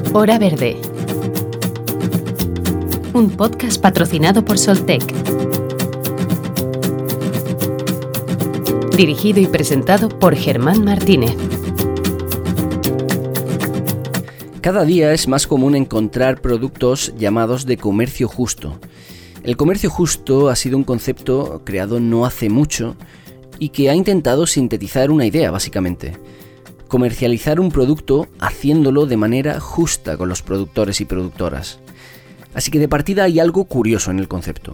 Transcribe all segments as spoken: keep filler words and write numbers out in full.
Hora Verde, un podcast patrocinado por Soltec. Dirigido y presentado por Germán Martínez. Cada día es más común encontrar productos llamados de comercio justo. El comercio justo ha sido un concepto creado no hace mucho y que ha intentado sintetizar una idea, básicamente. Comercializar un producto haciéndolo de manera justa con los productores y productoras. Así que de partida hay algo curioso en el concepto.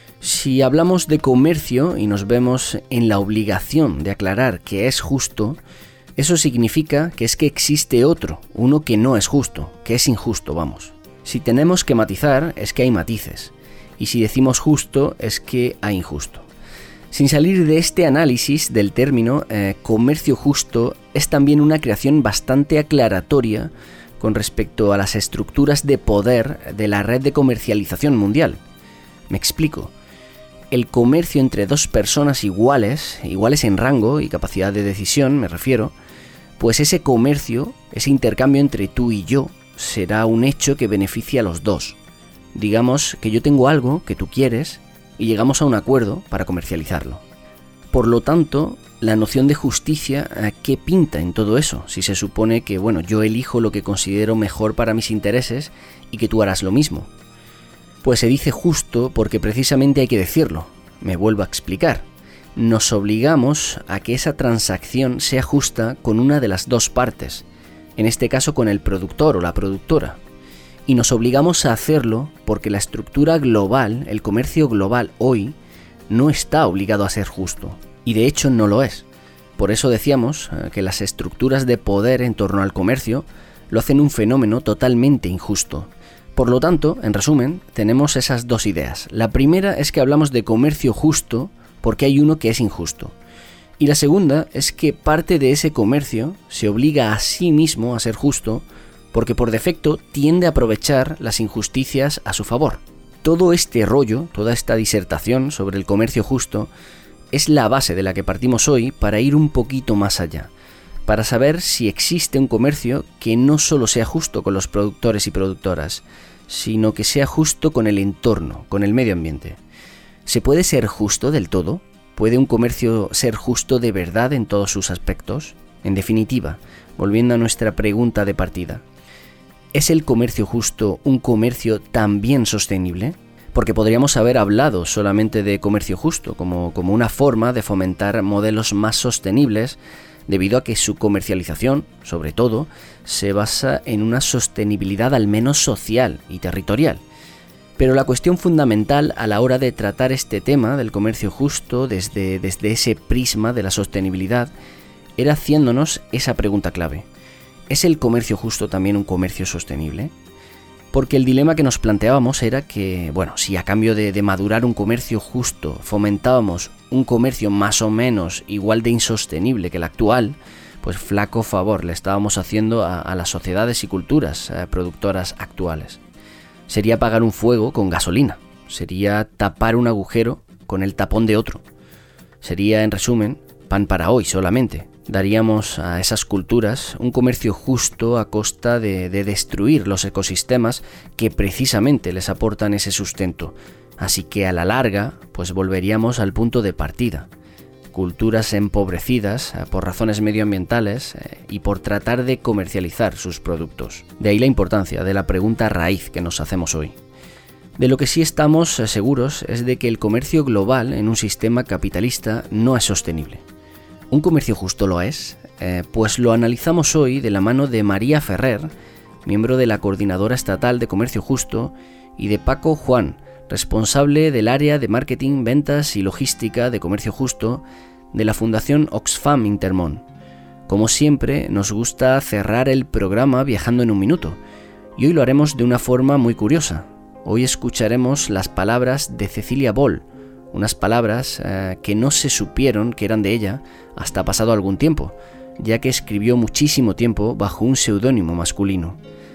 Si hablamos de comercio y nos vemos en la obligación de aclarar que es justo, eso significa que es que existe otro, uno que no es justo, que es injusto, vamos. Si tenemos que matizar, es que hay matices. Y si decimos justo, es que hay injusto. Sin salir de este análisis del término, eh, comercio justo es también una creación bastante aclaratoria con respecto a las estructuras de poder de la red de comercialización mundial. Me explico. El comercio entre dos personas iguales, iguales en rango y capacidad de decisión, me refiero, pues ese comercio, ese intercambio entre tú y yo, será un hecho que beneficia a los dos. Digamos que yo tengo algo que tú quieres y llegamos a un acuerdo para comercializarlo. Por lo tanto, la noción de justicia, ¿qué pinta en todo eso? Si se supone que, bueno, yo elijo lo que considero mejor para mis intereses y que tú harás lo mismo. Pues se dice justo porque precisamente hay que decirlo. Me vuelvo a explicar. Nos obligamos a que esa transacción sea justa con una de las dos partes, en este caso con el productor o la productora. Y nos obligamos a hacerlo porque la estructura global, el comercio global hoy, no está obligado a ser justo. Y de hecho no lo es. Por eso decíamos que las estructuras de poder en torno al comercio lo hacen un fenómeno totalmente injusto. Por lo tanto, en resumen, tenemos esas dos ideas. La primera es que hablamos de comercio justo porque hay uno que es injusto. Y la segunda es que parte de ese comercio se obliga a sí mismo a ser justo porque por defecto tiende a aprovechar las injusticias a su favor. Todo este rollo, toda esta disertación sobre el comercio justo, es la base de la que partimos hoy para ir un poquito más allá, para saber si existe un comercio que no solo sea justo con los productores y productoras, sino que sea justo con el entorno, con el medio ambiente. ¿Se puede ser justo del todo? ¿Puede un comercio ser justo de verdad en todos sus aspectos? En definitiva, volviendo a nuestra pregunta de partida, ¿es el comercio justo un comercio también sostenible? Porque podríamos haber hablado solamente de comercio justo como, como una forma de fomentar modelos más sostenibles debido a que su comercialización, sobre todo, se basa en una sostenibilidad al menos social y territorial. Pero la cuestión fundamental a la hora de tratar este tema del comercio justo desde, desde ese prisma de la sostenibilidad era haciéndonos esa pregunta clave. ¿Es el comercio justo también un comercio sostenible? Porque el dilema que nos planteábamos era que, bueno, si a cambio de, de madurar un comercio justo fomentábamos un comercio más o menos igual de insostenible que el actual, pues flaco favor le estábamos haciendo a, a las sociedades y culturas eh, productoras actuales. Sería apagar un fuego con gasolina, sería tapar un agujero con el tapón de otro. Sería, en resumen, pan para hoy solamente. Daríamos a esas culturas un comercio justo a costa de, de destruir los ecosistemas que precisamente les aportan ese sustento. Así que a la larga, pues volveríamos al punto de partida. Culturas empobrecidas eh, por razones medioambientales eh, y por tratar de comercializar sus productos. De ahí la importancia de la pregunta raíz que nos hacemos hoy. De lo que sí estamos eh, seguros es de que el comercio global en un sistema capitalista no es sostenible. ¿Un comercio justo lo es? Eh, pues lo analizamos hoy de la mano de María Ferrer, miembro de la Coordinadora Estatal de Comercio Justo, y de Paco Juan, responsable del área de Marketing, Ventas y Logística de Comercio Justo de la Fundación Oxfam Intermón. Como siempre, nos gusta cerrar el programa viajando en un minuto, y hoy lo haremos de una forma muy curiosa. Hoy escucharemos las palabras de Cecilia Boll, unas palabras eh, que no se supieron que eran de ella hasta pasado algún tiempo, ya que escribió muchísimo tiempo bajo un seudónimo masculino.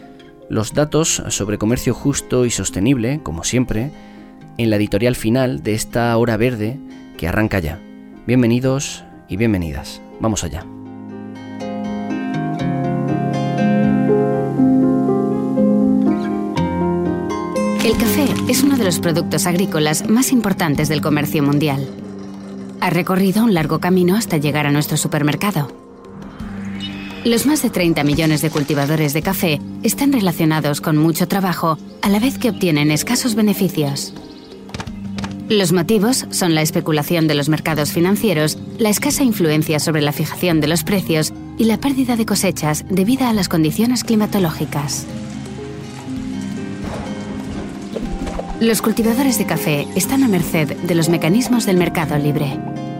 Los datos sobre comercio justo y sostenible, como siempre, en la editorial final de esta Hora Verde que arranca ya. Bienvenidos y bienvenidas. Vamos allá. El café es uno de los productos agrícolas más importantes del comercio mundial. Ha recorrido un largo camino hasta llegar a nuestro supermercado. Los más de treinta millones de cultivadores de café están relacionados con mucho trabajo, a la vez que obtienen escasos beneficios. Los motivos son la especulación de los mercados financieros, la escasa influencia sobre la fijación de los precios y la pérdida de cosechas debido a las condiciones climatológicas. Los cultivadores de café están a merced de los mecanismos del mercado libre.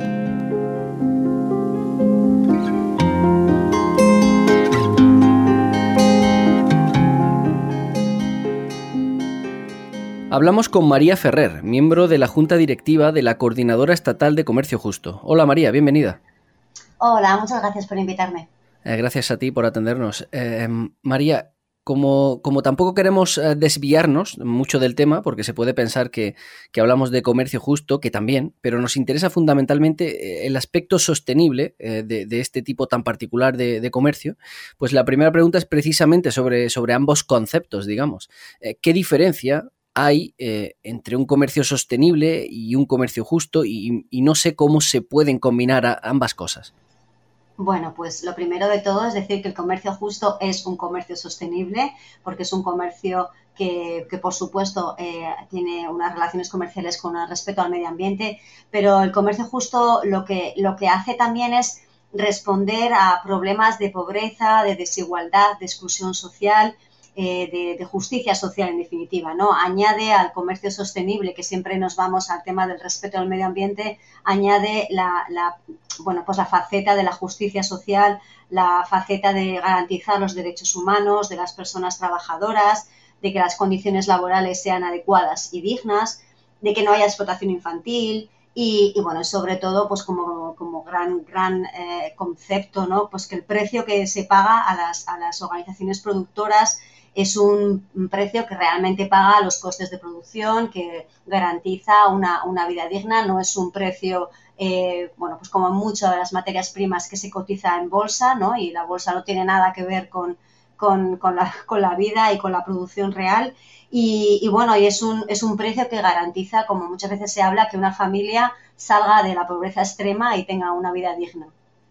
Hablamos con María Ferrer, miembro de la Junta Directiva de la Coordinadora Estatal de Comercio Justo. Hola María, bienvenida. Hola, muchas gracias por invitarme. Eh, gracias a ti por atendernos. Eh, María, como, como tampoco queremos eh, desviarnos mucho del tema, porque se puede pensar que, que hablamos de comercio justo, que también, pero nos interesa fundamentalmente eh, el aspecto sostenible eh, de, de este tipo tan particular de, de comercio, pues la primera pregunta es precisamente sobre, sobre ambos conceptos, digamos. Eh, ¿Qué diferencia hay eh, entre un comercio sostenible y un comercio justo? Y, y no sé cómo se pueden combinar a, ambas cosas. Bueno, pues lo primero de todo es decir que el comercio justo es un comercio sostenible, porque es un comercio que, que por supuesto, eh, tiene unas relaciones comerciales con el respeto al medio ambiente, pero el comercio justo lo que, lo que hace también es responder a problemas de pobreza, de desigualdad, de exclusión social, eh, de, de justicia social en definitiva, ¿no? Añade al comercio sostenible, que siempre nos vamos al tema del respeto al medio ambiente, añade la, la, bueno, pues la faceta de la justicia social, la faceta de garantizar los derechos humanos de las personas trabajadoras, de que las condiciones laborales sean adecuadas y dignas, de que no haya explotación infantil y, y bueno, sobre todo, pues como, como gran, gran eh, concepto, ¿no? Pues que el precio que se paga a las, a las organizaciones productoras es un, un precio que realmente paga los costes de producción, que garantiza una, una vida digna, no es un precio, eh, bueno, pues como muchas de las materias primas que se cotiza en bolsa, ¿no? Y la bolsa no tiene nada que ver con, con, con, la, con la vida y con la producción real. Y, y bueno, y es un, es un precio que garantiza, como muchas veces se habla, que una familia salga de la pobreza extrema y tenga una vida digna.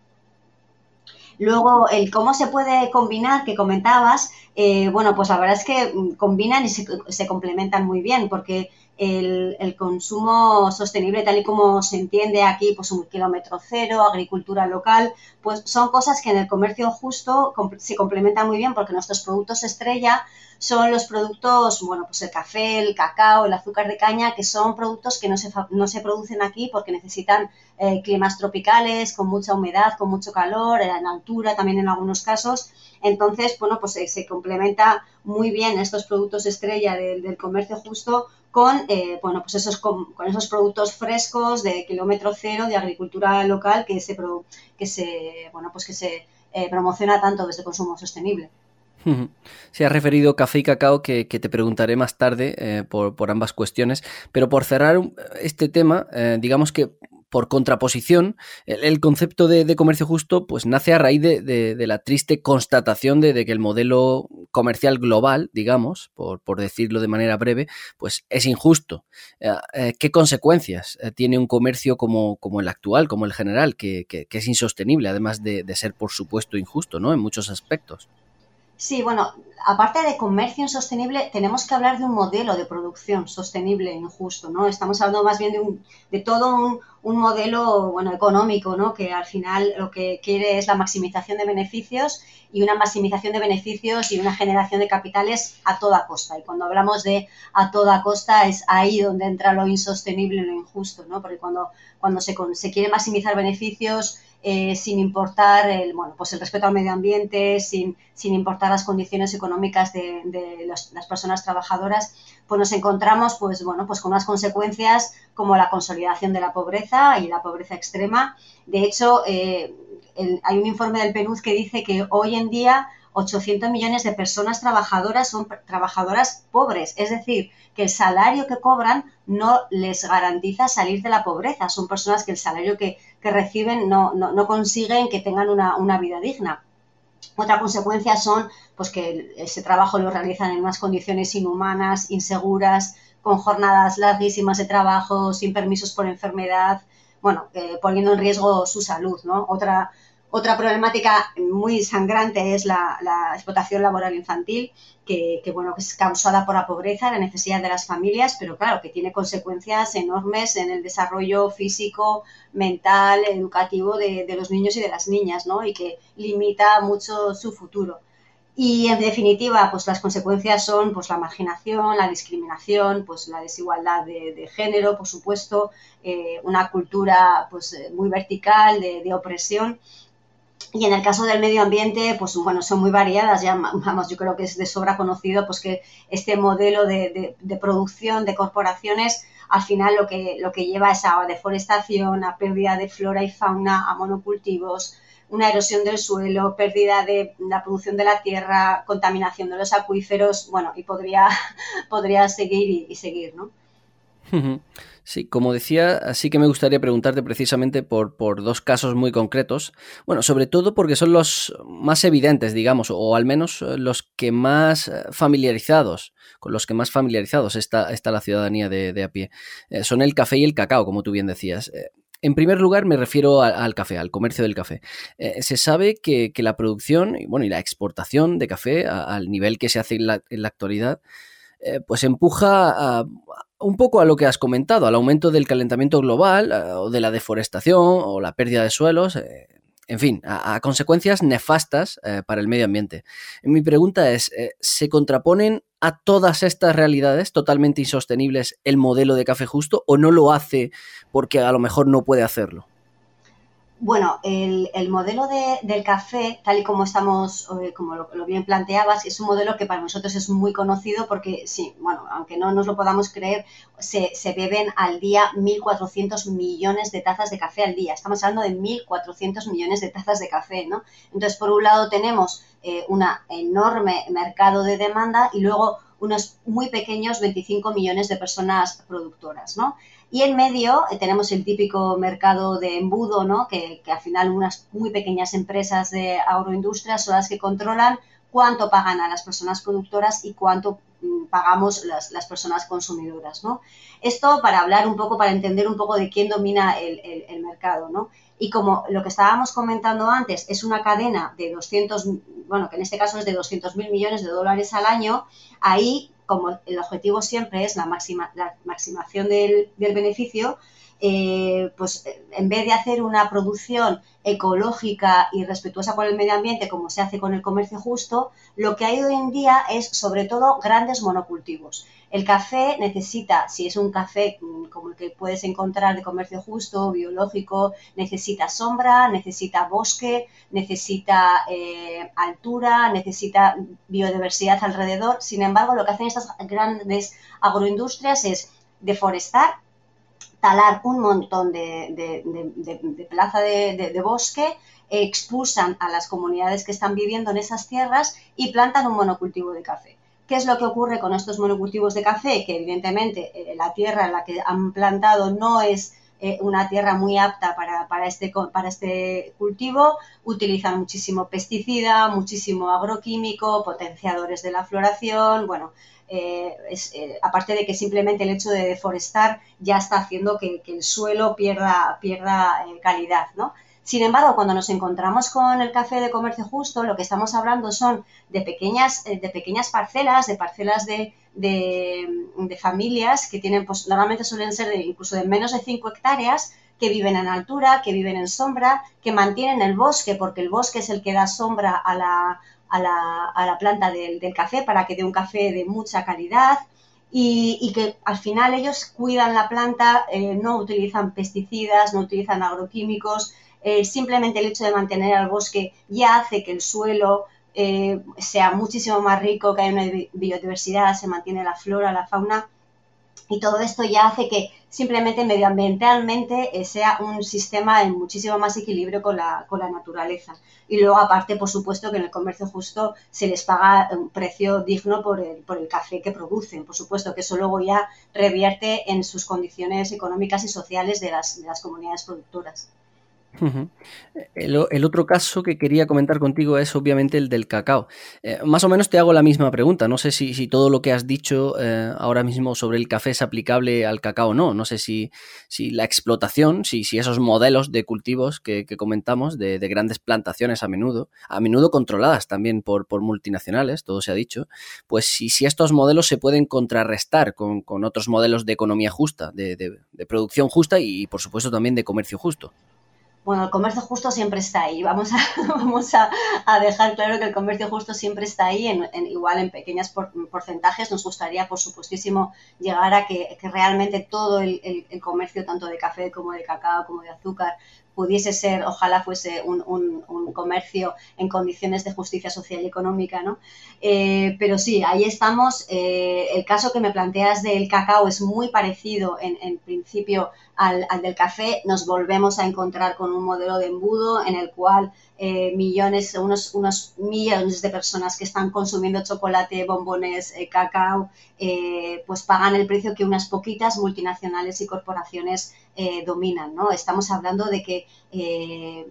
Luego, el cómo se puede combinar, que comentabas, eh, bueno, pues la verdad es que combinan y se, se complementan muy bien, porque el, el consumo sostenible, tal y como se entiende aquí, pues un kilómetro cero, agricultura local, pues son cosas que en el comercio justo se complementan muy bien, porque nuestros productos estrella son los productos, bueno, pues el café, el cacao, el azúcar de caña, que son productos que no se, no se producen aquí porque necesitan eh, climas tropicales, con mucha humedad, con mucho calor, en altura también en algunos casos. Entonces, bueno, pues se, se complementa muy bien estos productos estrella del, del comercio justo con, eh, bueno, pues esos, con, con esos productos frescos de kilómetro cero, de agricultura local, que se, pro, que se, bueno, pues que se eh, promociona tanto desde el consumo sostenible. Se ha referido café y cacao, que, que te preguntaré más tarde eh, por, por ambas cuestiones, pero por cerrar este tema, eh, digamos que por contraposición, el, el concepto de, de comercio justo pues nace a raíz de, de, de la triste constatación de, de que el modelo comercial global, digamos, por, por decirlo de manera breve, pues es injusto. Eh, eh, ¿Qué consecuencias eh, tiene un comercio como, como el actual, como el general, que, que, que es insostenible, además de, de ser, por supuesto, injusto, ¿no? En muchos aspectos. Sí, bueno, aparte de comercio insostenible, tenemos que hablar de un modelo de producción sostenible e injusto, ¿no? Estamos hablando más bien de, un, de todo un, un modelo, bueno, económico, ¿no? Que al final lo que quiere es la maximización de beneficios y una maximización de beneficios y una generación de capitales a toda costa. Y cuando hablamos de a toda costa es ahí donde entra lo insostenible y lo injusto, ¿no? Porque cuando, cuando se, se quiere maximizar beneficios Eh, sin importar el, bueno, pues el respeto al medio ambiente, sin, sin importar las condiciones económicas de, de los, las personas trabajadoras, pues nos encontramos pues, bueno, pues con unas consecuencias como la consolidación de la pobreza y la pobreza extrema. De hecho, eh, el, hay un informe del P N U D que dice que hoy en día ochocientos millones de personas trabajadoras son trabajadoras pobres, es decir, que el salario que cobran no les garantiza salir de la pobreza, son personas que el salario que, que reciben no, no, no consiguen que tengan una, una vida digna. Otra consecuencia son pues, que ese trabajo lo realizan en unas condiciones inhumanas, inseguras, con jornadas larguísimas de trabajo, sin permisos por enfermedad, bueno, eh, poniendo en riesgo su salud, ¿no? Otra, otra problemática muy sangrante es la, la explotación laboral infantil, que, que, bueno, que es causada por la pobreza, la necesidad de las familias, pero claro, que tiene consecuencias enormes en el desarrollo físico, mental, educativo de, de los niños y de las niñas, ¿no? Y que limita mucho su futuro. Y en definitiva, pues las consecuencias son pues la marginación, la discriminación, pues la desigualdad de, de género, por supuesto, eh, una cultura pues muy vertical de, de opresión. Y en el caso del medio ambiente, pues bueno, son muy variadas, ya vamos, yo creo que es de sobra conocido pues que este modelo de, de, de producción de corporaciones al final lo que, lo que lleva es a deforestación, a pérdida de flora y fauna, a monocultivos, una erosión del suelo, pérdida de la producción de la tierra, contaminación de los acuíferos, bueno, y podría, podría seguir y, y seguir, ¿no? Sí, como decía, sí que me gustaría preguntarte precisamente por, por dos casos muy concretos. Bueno, sobre todo porque son los más evidentes, digamos, o al menos los que más familiarizados, con los que más familiarizados está, está la ciudadanía de, de a pie. Eh, son el café y el cacao, como tú bien decías. Eh, En primer lugar, me refiero a, al café, al comercio del café. Eh, se sabe que, que la producción y, bueno, y la exportación de café a, al nivel que se hace en la, en la actualidad, eh, pues empuja a, un poco a lo que has comentado, al aumento del calentamiento global, a, o de la deforestación o la pérdida de suelos, eh, en fin, a, a consecuencias nefastas eh, para el medio ambiente. Mi pregunta es, eh, ¿se contraponen a todas estas realidades totalmente insostenibles el modelo de café justo o no lo hace porque a lo mejor no puede hacerlo? Bueno, el, el modelo de, del café, tal y como estamos, eh, como lo, lo bien planteabas, es un modelo que para nosotros es muy conocido porque, sí, bueno, aunque no nos lo podamos creer, se, se beben al día mil cuatrocientos millones de tazas de café al día. Estamos hablando de mil cuatrocientos millones de tazas de café, ¿no? Entonces, por un lado tenemos eh, un enorme mercado de demanda y luego unos muy pequeños veinticinco millones de personas productoras, ¿no? Y en medio eh, tenemos el típico mercado de embudo, ¿no? Que, que al final unas muy pequeñas empresas de agroindustria son las que controlan cuánto pagan a las personas productoras y cuánto mm, pagamos las, las personas consumidoras, ¿no? Esto para hablar un poco, para entender un poco de quién domina el, el, el mercado, ¿no? Y como lo que estábamos comentando antes es una cadena de doscientos, bueno, que en este caso es de doscientos mil millones de dólares al año, ahí, como el objetivo siempre es la, máxima, la maximación del, del beneficio, eh, pues en vez de hacer una producción ecológica y respetuosa con el medio ambiente como se hace con el comercio justo, lo que hay hoy en día es sobre todo grandes monocultivos. El café necesita, si es un café como el que puedes encontrar de comercio justo, biológico, necesita sombra, necesita bosque, necesita eh, altura, necesita biodiversidad alrededor. Sin embargo, lo que hacen estas grandes agroindustrias es deforestar, talar un montón de, de, de, de, de plaza de, de, de bosque, expulsan a las comunidades que están viviendo en esas tierras y plantan un monocultivo de café. ¿Qué es lo que ocurre con estos monocultivos de café? Que evidentemente eh, la tierra en la que han plantado no es eh, una tierra muy apta para, para, este, para este cultivo, utilizan muchísimo pesticida, muchísimo agroquímico, potenciadores de la floración, bueno, eh, es, eh, aparte de que simplemente el hecho de deforestar ya está haciendo que, que el suelo pierda, pierda eh, calidad, ¿no? Sin embargo, cuando nos encontramos con el café de comercio justo, lo que estamos hablando son de pequeñas, de pequeñas parcelas, de parcelas de, de, de familias que tienen, pues normalmente suelen ser de, incluso de menos de cinco hectáreas, que viven en altura, que viven en sombra, que mantienen el bosque, porque el bosque es el que da sombra a la, a la, a la planta del, del café para que dé un café de mucha calidad. Y, y que al final ellos cuidan la planta, eh, no utilizan pesticidas, no utilizan agroquímicos. Eh, simplemente el hecho de mantener al bosque ya hace que el suelo eh, sea muchísimo más rico, que haya una biodiversidad, se mantiene la flora, la fauna, y todo esto ya hace que simplemente medioambientalmente eh, sea un sistema en muchísimo más equilibrio con la, con la naturaleza. Y luego, aparte, por supuesto, que en el comercio justo se les paga un precio digno por el, por el café que producen. Por supuesto que eso luego ya revierte en sus condiciones económicas y sociales de las, de las comunidades productoras. Uh-huh. El, el, otro caso que quería comentar contigo es obviamente el del cacao. Eh, más o menos te hago la misma pregunta. No sé si, si todo lo que has dicho eh, ahora mismo sobre el café es aplicable al cacao o no. No sé si, si la explotación, si, si esos modelos de cultivos que, que comentamos, de, de grandes plantaciones a menudo, a menudo controladas también por, por multinacionales, todo se ha dicho, pues si, si estos modelos se pueden contrarrestar con, con otros modelos de economía justa, de, de, de producción justa y, por supuesto, también de comercio justo. Bueno, el comercio justo siempre está ahí. Vamos a, vamos a, a dejar claro que el comercio justo siempre está ahí, en, en, igual en pequeños por, porcentajes. Nos gustaría, por supuestísimo, llegar a que, que realmente todo el, el, el comercio, tanto de café como de cacao, como de azúcar, pudiese ser, ojalá fuese un, un, un comercio en condiciones de justicia social y económica, ¿no? Eh, pero sí, ahí estamos. Eh, el caso que me planteas del cacao es muy parecido en, en principio al, al del café. Nos volvemos a encontrar con un modelo de embudo en el cual eh, millones, unos, unos millones de personas que están consumiendo chocolate, bombones, eh, cacao, eh, pues pagan el precio que unas poquitas multinacionales y corporaciones eh, dominan, ¿no? Estamos hablando de que eh,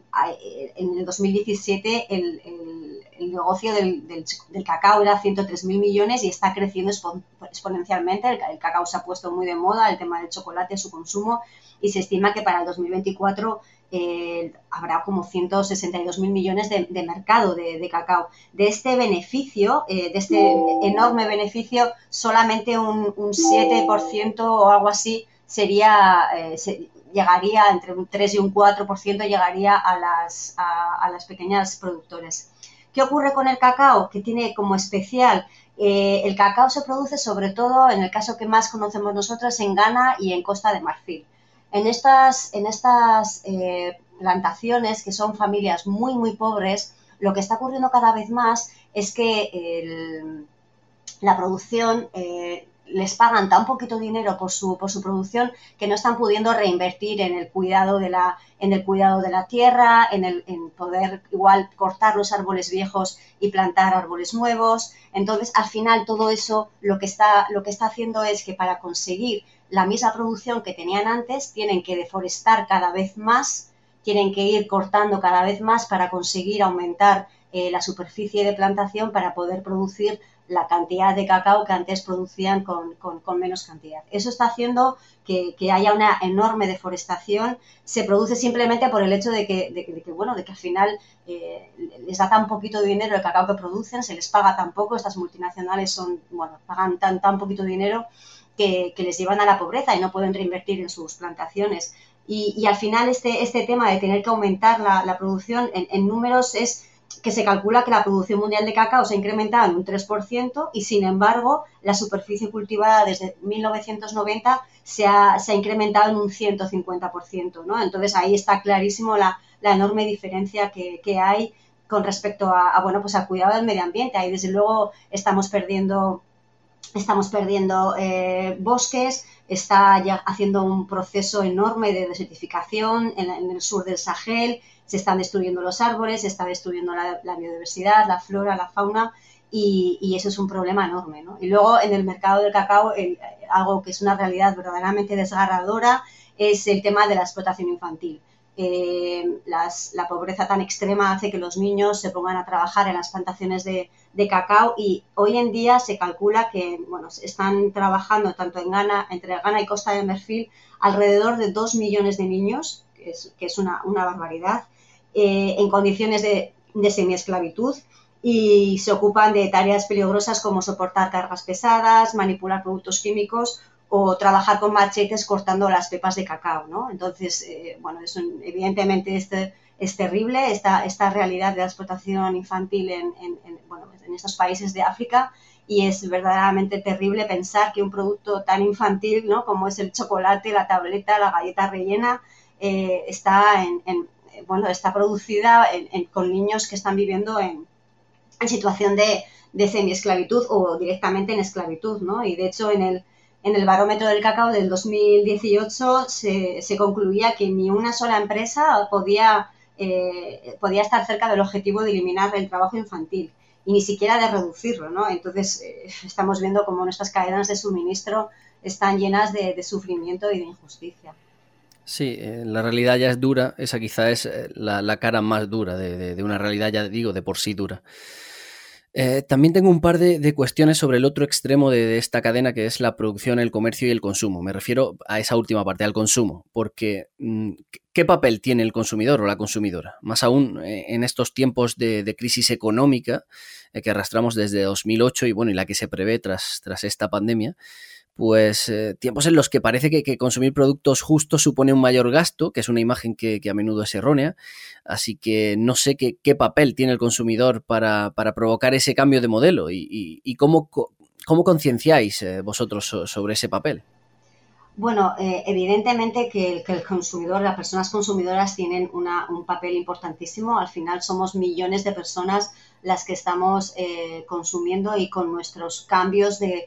en el dos mil diecisiete el, el, el negocio del, del, del cacao era ciento tres mil millones y está creciendo exponencialmente. El, el cacao se ha puesto muy de moda, el tema del chocolate, su consumo, y se estima que para el dos mil veinticuatro eh, habrá como ciento sesenta y dos mil millones de, de mercado de, de cacao. De este beneficio, eh, de este enorme beneficio, solamente un, un siete por ciento o algo así sería, eh, se, llegaría, entre un tres y un cuatro por ciento llegaría a las, a, a las pequeñas productores. ¿Qué ocurre con el cacao? Que tiene como especial, eh, el cacao se produce sobre todo, en el caso que más conocemos nosotros, en Ghana y en Costa de Marfil. En estas, en estas eh, plantaciones, que son familias muy, muy pobres, lo que está ocurriendo cada vez más es que el, la producción, eh, les pagan tan poquito dinero por su, por su producción que no están pudiendo reinvertir en el cuidado de la, en el cuidado de la tierra, en, el, en poder igual cortar los árboles viejos y plantar árboles nuevos. Entonces, al final, todo eso lo que está, lo que está haciendo es que para conseguir la misma producción que tenían antes, tienen que deforestar cada vez más, tienen que ir cortando cada vez más para conseguir aumentar eh, la superficie de plantación para poder producir la cantidad de cacao que antes producían con, con, con menos cantidad. Eso está haciendo que, que haya una enorme deforestación. Se produce simplemente por el hecho de que, de, de que bueno, de que al final eh, les da tan poquito dinero el cacao que producen, se les paga tan poco, estas multinacionales son, bueno, pagan tan, tan poquito dinero que, que les llevan a la pobreza y no pueden reinvertir en sus plantaciones. Y, y al final este, este tema de tener que aumentar la, la producción en, en números es que se calcula que la producción mundial de cacao se ha incrementado en un tres por ciento y, sin embargo, la superficie cultivada desde mil novecientos noventa se ha, se ha incrementado en un ciento cincuenta por ciento, ¿no? Entonces, ahí está clarísimo la, la enorme diferencia que, que hay con respecto a, a, bueno, pues al cuidado del medio ambiente. Ahí, desde luego, estamos perdiendo, estamos perdiendo eh, bosques, está ya haciendo un proceso enorme de desertificación en, en el sur del Sahel. Se están destruyendo los árboles, se está destruyendo la, la biodiversidad, la flora, la fauna, y, y eso es un problema enorme, ¿no? Y luego, en el mercado del cacao, el, algo que es una realidad verdaderamente desgarradora es el tema de la explotación infantil. Eh, las, la pobreza tan extrema hace que los niños se pongan a trabajar en las plantaciones de, de cacao, y hoy en día se calcula que, bueno, están trabajando tanto en Ghana, entre Ghana y Costa de Marfil, alrededor de dos millones de niños, que es, que es una, una barbaridad, Eh, en condiciones de, de semiesclavitud, y se ocupan de tareas peligrosas como soportar cargas pesadas, manipular productos químicos o trabajar con machetes cortando las pepas de cacao, ¿no? Entonces, eh, bueno, es un, evidentemente este, es terrible esta, esta realidad de la explotación infantil en, en, en, bueno, en estos países de África, y es verdaderamente terrible pensar que un producto tan infantil, ¿no?, como es el chocolate, la tableta, la galleta rellena, eh, está en, en bueno, está producida en, en, con niños que están viviendo en, en situación de, de semiesclavitud o directamente en esclavitud, ¿no? Y de hecho, en el, en el barómetro del cacao del dos mil dieciocho se, se concluía que ni una sola empresa podía, eh, podía estar cerca del objetivo de eliminar el trabajo infantil, y ni siquiera de reducirlo, ¿no? Entonces, eh, estamos viendo cómo nuestras cadenas de suministro están llenas de, de sufrimiento y de injusticia. Sí, eh, la realidad ya es dura, esa quizá es eh, la, la cara más dura de, de- de una realidad, ya digo, de por sí dura. Eh, también tengo un par de, de cuestiones sobre el otro extremo de, de esta cadena, que es la producción, el comercio y el consumo. Me refiero a esa última parte, al consumo, porque mm, ¿qué papel tiene el consumidor o la consumidora? Más aún eh, en estos tiempos de, de crisis económica eh, que arrastramos desde dos mil ocho y bueno, y la que se prevé tras, tras esta pandemia. Pues eh, tiempos en los que parece que, que, consumir productos justos supone un mayor gasto, que es una imagen que, que a menudo es errónea. Así que no sé qué, qué papel tiene el consumidor para, para provocar ese cambio de modelo y, y, y cómo, cómo concienciáis eh, vosotros so, sobre ese papel. Bueno, eh, evidentemente que el, que el consumidor, las personas consumidoras tienen una, un papel importantísimo. Al final somos millones de personas las que estamos eh, consumiendo y con nuestros cambios de,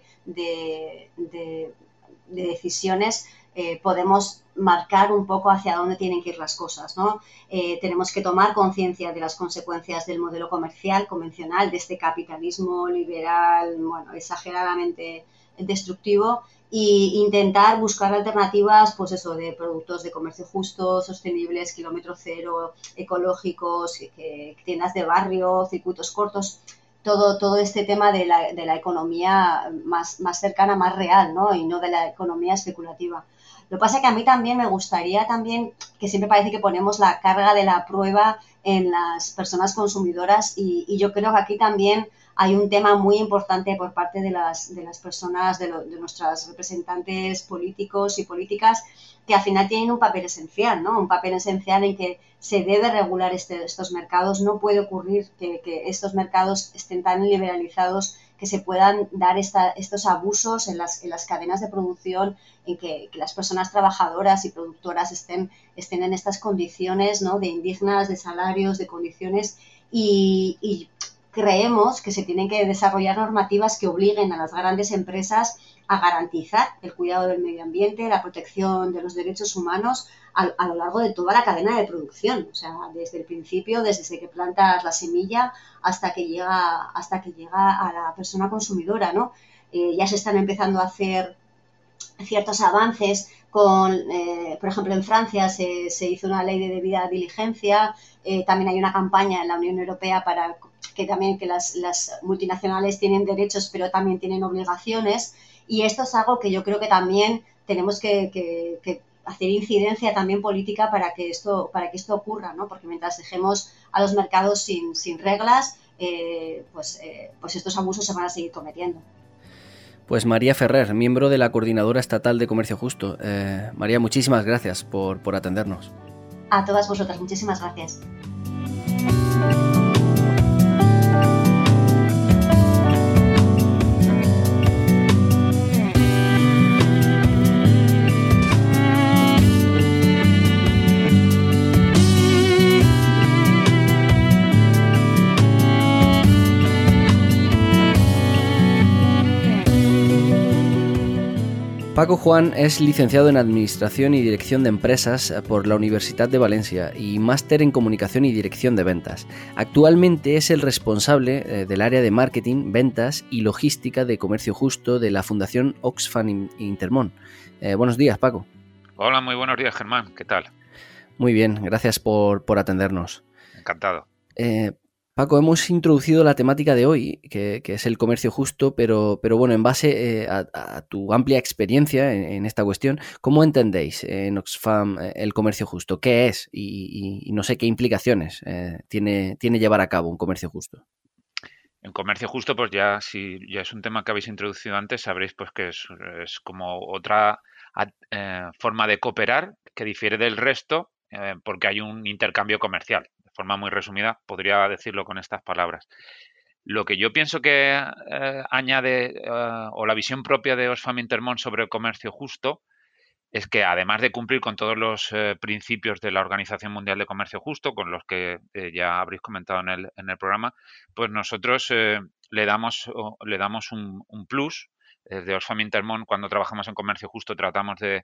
de, de, de decisiones eh, podemos marcar un poco hacia dónde tienen que ir las cosas, ¿no? Eh, tenemos que tomar conciencia de las consecuencias del modelo comercial convencional, de este capitalismo liberal, bueno, exageradamente destructivo, e intentar buscar alternativas, pues eso, de productos de comercio justo, sostenibles, kilómetro cero, ecológicos, que, que, tiendas de barrio, circuitos cortos, todo, todo este tema de la, de la economía más, más cercana, más real, ¿no? Y no de la economía especulativa. Lo que pasa es que a mí también me gustaría también, que siempre parece que ponemos la carga de la prueba en las personas consumidoras y, y yo creo que aquí también hay un tema muy importante por parte de las, de las personas, de, lo, de nuestros representantes políticos y políticas, que al final tienen un papel esencial, ¿no? Un papel esencial en que se debe regular este, estos mercados. No puede ocurrir que, que estos mercados estén tan liberalizados que se puedan dar esta, estos abusos en las, en las cadenas de producción, en que, que las personas trabajadoras y productoras estén, estén en estas condiciones, ¿no? De indignas, de salarios, de condiciones y, y creemos que se tienen que desarrollar normativas que obliguen a las grandes empresas a garantizar el cuidado del medio ambiente, la protección de los derechos humanos a, a lo largo de toda la cadena de producción, o sea, desde el principio, desde que plantas la semilla hasta que llega, hasta que llega a la persona consumidora, ¿no? Eh, ya se están empezando a hacer ciertos avances con, eh, por ejemplo, en Francia se, se, hizo una ley de debida diligencia, eh, también hay una campaña en la Unión Europea para que también que las, las multinacionales tienen derechos pero también tienen obligaciones y esto es algo que yo creo que también tenemos que, que, que hacer incidencia también política para que esto, para que esto ocurra, ¿no? Porque mientras dejemos a los mercados sin, sin reglas, eh, pues, eh, pues estos abusos se van a seguir cometiendo. Pues María Ferrer, miembro de la Coordinadora Estatal de Comercio Justo. Eh, María, muchísimas gracias por, por atendernos. A todas vosotras, muchísimas gracias. Paco Juan es licenciado en Administración y Dirección de Empresas por la Universidad de Valencia y máster en Comunicación y Dirección de Ventas. Actualmente es el responsable del área de Marketing, Ventas y Logística de Comercio Justo de la Fundación Oxfam Intermón. Eh, buenos días, Paco. Hola, muy buenos días, Germán. ¿Qué tal? Muy bien, gracias por, por atendernos. Encantado. Eh, Paco, hemos introducido la temática de hoy, que, que es el comercio justo, pero, pero bueno, en base eh, a, a tu amplia experiencia en, en esta cuestión, ¿cómo entendéis en Oxfam eh, el comercio justo? ¿Qué es? Y, y, y no sé qué implicaciones eh, tiene, tiene llevar a cabo un comercio justo. En comercio justo, pues ya si ya es un tema que habéis introducido antes, sabréis pues que es, es como otra eh, forma de cooperar que difiere del resto eh, porque hay un intercambio comercial. De forma muy resumida, podría decirlo con estas palabras. Lo que yo pienso que eh, añade eh, o la visión propia de Oxfam Intermón sobre el comercio justo es que además de cumplir con todos los eh, principios de la Organización Mundial de Comercio Justo, con los que eh, ya habréis comentado en el, en el programa, pues nosotros eh, le damos, oh, le damos un, un plus. Desde Oxfam Intermón, cuando trabajamos en comercio justo, tratamos de,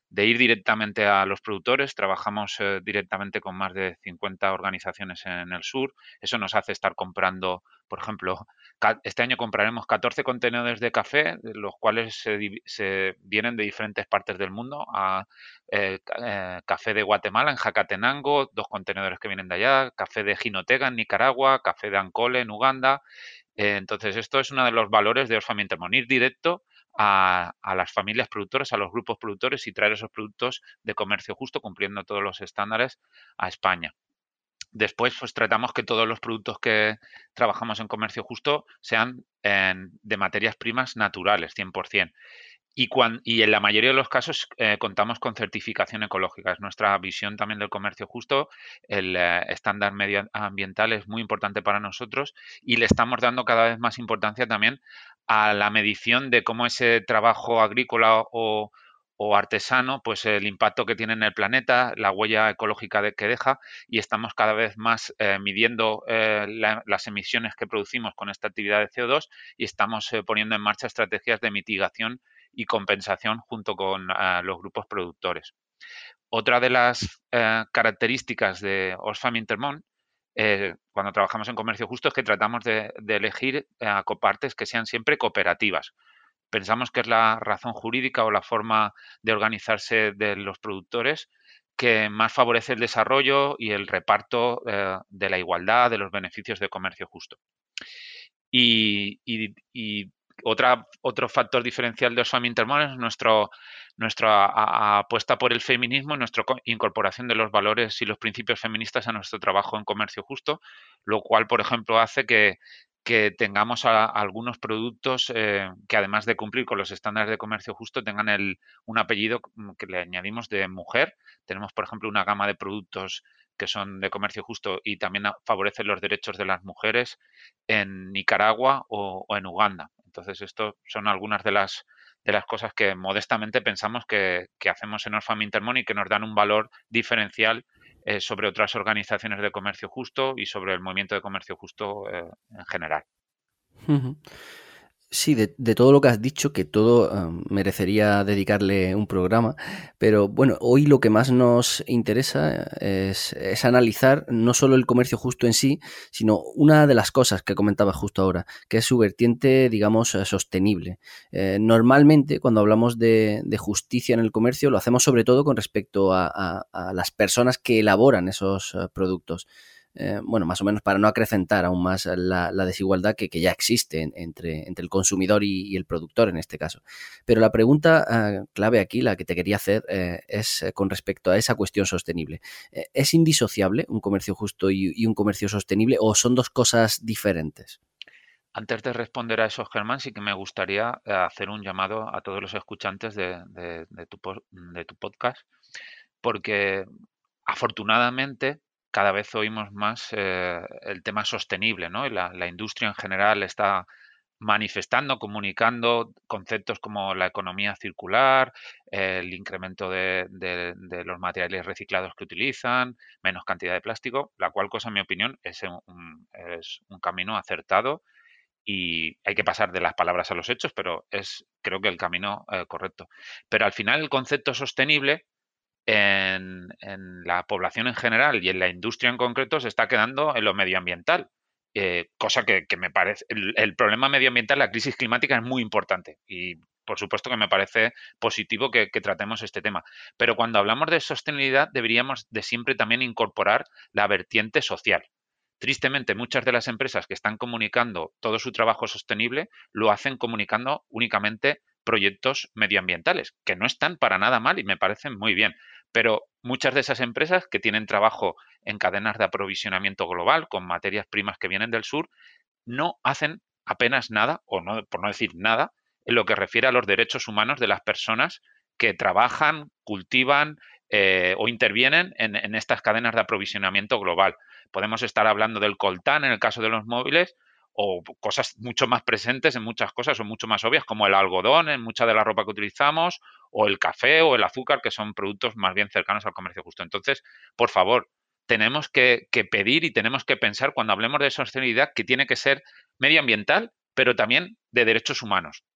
de ir directamente a los productores. Trabajamos eh, directamente con más de cincuenta organizaciones en el sur. Eso nos hace estar comprando, por ejemplo, este año compraremos catorce contenedores de café, los cuales se, se vienen de diferentes partes del mundo. A, eh, eh, café de Guatemala, en Jacatenango, dos contenedores que vienen de allá, café de Jinotega, en Nicaragua, café de Ancole, en Uganda. Eh, entonces, esto es uno de los valores de Oxfam Intermón, ir directo a, a las familias productoras, a los grupos productores y traer esos productos de comercio justo, cumpliendo todos los estándares, a España. Después, pues tratamos que todos los productos que trabajamos en comercio justo sean en, de materias primas naturales, cien por ciento. Y, cuan, y en la mayoría de los casos eh, contamos con certificación ecológica. Es nuestra visión también del comercio justo. El eh, estándar medioambiental es muy importante para nosotros y le estamos dando cada vez más importancia también a la medición de cómo ese trabajo agrícola o, o artesano, pues el impacto que tiene en el planeta, la huella ecológica de, que deja, y estamos cada vez más eh, midiendo eh, la, las emisiones que producimos con esta actividad de C O dos y estamos eh, poniendo en marcha estrategias de mitigación y compensación junto con uh, los grupos productores. Otra de las uh, características de Oxfam Intermón, eh, cuando trabajamos en comercio justo, es que tratamos de, de elegir uh, copartes que sean siempre cooperativas. Pensamos que es la razón jurídica o la forma de organizarse de los productores que más favorece el desarrollo y el reparto uh, de la igualdad, de los beneficios de comercio justo. Y, y, y Otra, otro factor diferencial de Oxfam Intermón es nuestro, nuestra a, a apuesta por el feminismo y nuestra incorporación de los valores y los principios feministas a nuestro trabajo en comercio justo, lo cual, por ejemplo, hace que, que tengamos a, a algunos productos eh, que, además de cumplir con los estándares de comercio justo, tengan el, un apellido que le añadimos de mujer. Tenemos, por ejemplo, una gama de productos que son de comercio justo y también favorecen los derechos de las mujeres en Nicaragua o, o en Uganda. Entonces, esto son algunas de las, de las cosas que modestamente pensamos que, que hacemos en Oxfam Intermón y que nos dan un valor diferencial eh, sobre otras organizaciones de comercio justo y sobre el movimiento de comercio justo eh, en general. Uh-huh. Sí, de, de todo lo que has dicho, que todo um, merecería dedicarle un programa, pero bueno, hoy lo que más nos interesa es, es analizar no solo el comercio justo en sí, sino una de las cosas que comentaba justo ahora, que es su vertiente, digamos, sostenible. Eh, normalmente, cuando hablamos de, de justicia en el comercio, lo hacemos sobre todo con respecto a, a, a las personas que elaboran esos uh, productos. Eh, bueno, más o menos para no acrecentar aún más la, la desigualdad que, que ya existe en, entre, entre el consumidor y, y el productor en este caso. Pero la pregunta eh, clave aquí, la que te quería hacer, eh, es eh, con respecto a esa cuestión sostenible. Eh, ¿Es indisociable un comercio justo y, y un comercio sostenible o son dos cosas diferentes? Antes de responder a eso, Germán, sí que me gustaría hacer un llamado a todos los escuchantes de, de, de, tu, de tu podcast, porque afortunadamente cada vez oímos más eh, el tema sostenible, ¿no? Y la, la industria en general está manifestando, comunicando conceptos como la economía circular, eh, el incremento de, de, de los materiales reciclados que utilizan, menos cantidad de plástico, la cual cosa, en mi opinión, es un, es un camino acertado y hay que pasar de las palabras a los hechos, pero es creo que el camino eh, correcto. Pero al final el concepto sostenible en, en la población en general y en la industria en concreto se está quedando en lo medioambiental. Eh, cosa que, que me parece, el, el problema medioambiental, la crisis climática es muy importante y por supuesto que me parece positivo que, que tratemos este tema. Pero cuando hablamos de sostenibilidad deberíamos de siempre también incorporar la vertiente social. Tristemente, muchas de las empresas que están comunicando todo su trabajo sostenible lo hacen comunicando únicamente proyectos medioambientales, que no están para nada mal y me parecen muy bien. Pero muchas de esas empresas que tienen trabajo en cadenas de aprovisionamiento global con materias primas que vienen del sur, no hacen apenas nada, o no, por no decir nada, en lo que refiere a los derechos humanos de las personas que trabajan, cultivan eh, o intervienen en, en estas cadenas de aprovisionamiento global. Podemos estar hablando del coltán en el caso de los móviles o cosas mucho más presentes en muchas cosas o mucho más obvias como el algodón en mucha de la ropa que utilizamos o el café o el azúcar, que son productos más bien cercanos al comercio justo. Entonces, por favor, tenemos que, que pedir y tenemos que pensar cuando hablemos de sostenibilidad que tiene que ser medioambiental, pero también de derechos humanos,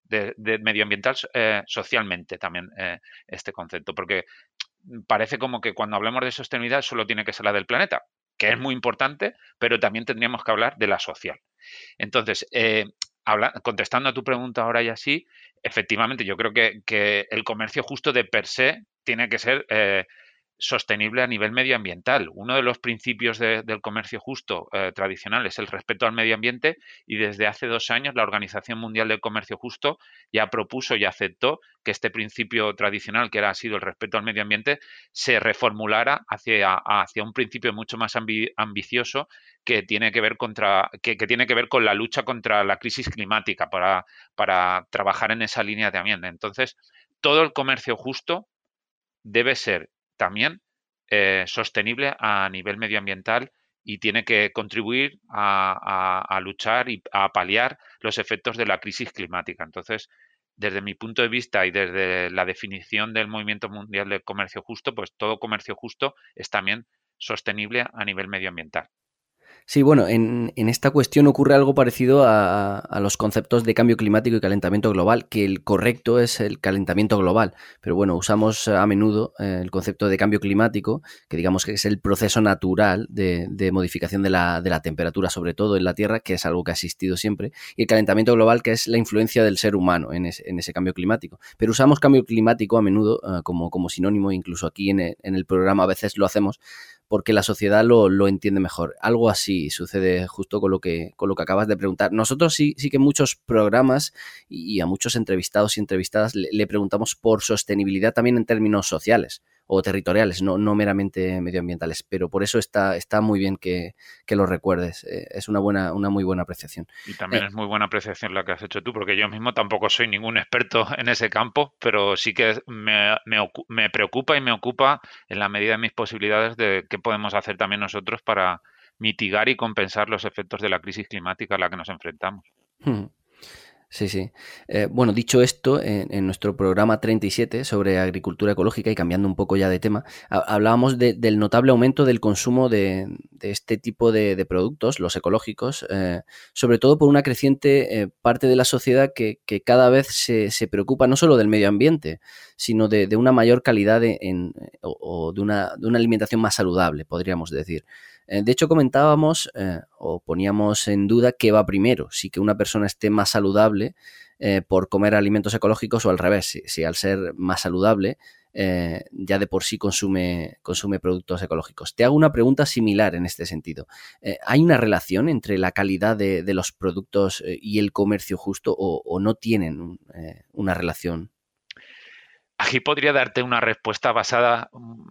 de, de medioambiental eh, socialmente también eh, este concepto, porque parece como que cuando hablamos de sostenibilidad solo tiene que ser la del planeta, que es muy importante, pero también tendríamos que hablar de la social. Entonces, eh, habla, contestando a tu pregunta ahora y así, efectivamente, yo creo que, que el comercio justo de per se tiene que ser eh, sostenible a nivel medioambiental. Uno de los principios de, del comercio justo eh, tradicional es el respeto al medio ambiente y desde hace dos años la Organización Mundial del Comercio Justo ya propuso y aceptó que este principio tradicional, que era, ha sido el respeto al medio ambiente, se reformulara hacia, hacia un principio mucho más ambi, ambicioso que tiene que ver contra que, que tiene que ver con la lucha contra la crisis climática para, para trabajar en esa línea también. Entonces, todo el comercio justo debe ser también eh, sostenible a nivel medioambiental y tiene que contribuir a, a, a, luchar y a paliar los efectos de la crisis climática. Entonces, desde mi punto de vista y desde la definición del Movimiento Mundial de Comercio Justo, pues todo comercio justo es también sostenible a nivel medioambiental. Sí, bueno, en, en esta cuestión ocurre algo parecido a, a los conceptos de cambio climático y calentamiento global, que el correcto es el calentamiento global, pero bueno, usamos a menudo eh, el concepto de cambio climático, que digamos que es el proceso natural de, de modificación de la, de la temperatura, sobre todo en la Tierra, que es algo que ha existido siempre, y el calentamiento global, que es la influencia del ser humano en ese, en ese cambio climático. Pero usamos cambio climático a menudo eh, como, como sinónimo, incluso aquí en el, en el programa a veces lo hacemos, porque la sociedad lo, lo entiende mejor. Algo así sucede justo con lo que, con lo que acabas de preguntar. Nosotros sí, sí que en muchos programas y a muchos entrevistados y entrevistadas le, le preguntamos por sostenibilidad también en términos sociales o territoriales, no, no meramente medioambientales, pero por eso está, está muy bien que, que lo recuerdes. Eh, es una buena, una muy buena apreciación. Y también Eh, es muy buena apreciación la que has hecho tú, porque yo mismo tampoco soy ningún experto en ese campo, pero sí que me, me, me preocupa y me ocupa en la medida de mis posibilidades de qué podemos hacer también nosotros para mitigar y compensar los efectos de la crisis climática a la que nos enfrentamos. hmm. Sí, sí. Eh, bueno, dicho esto, en, en nuestro programa treinta y siete sobre agricultura ecológica y cambiando un poco ya de tema, ha, hablábamos de, del notable aumento del consumo de, de este tipo de, de productos, los ecológicos, eh, sobre todo por una creciente eh, parte de la sociedad que, que cada vez se, se preocupa no solo del medio ambiente, sino de, de una mayor calidad de, en, o, o de, una, de una alimentación más saludable, podríamos decir. De hecho, comentábamos eh, o poníamos en duda qué va primero, si que una persona esté más saludable eh, por comer alimentos ecológicos o al revés, si, si al ser más saludable eh, ya de por sí consume, consume productos ecológicos. Te hago una pregunta similar en este sentido. Eh, ¿Hay una relación entre la calidad de, de los productos eh, y el comercio justo o, o no tienen eh, una relación? Aquí podría darte una respuesta basada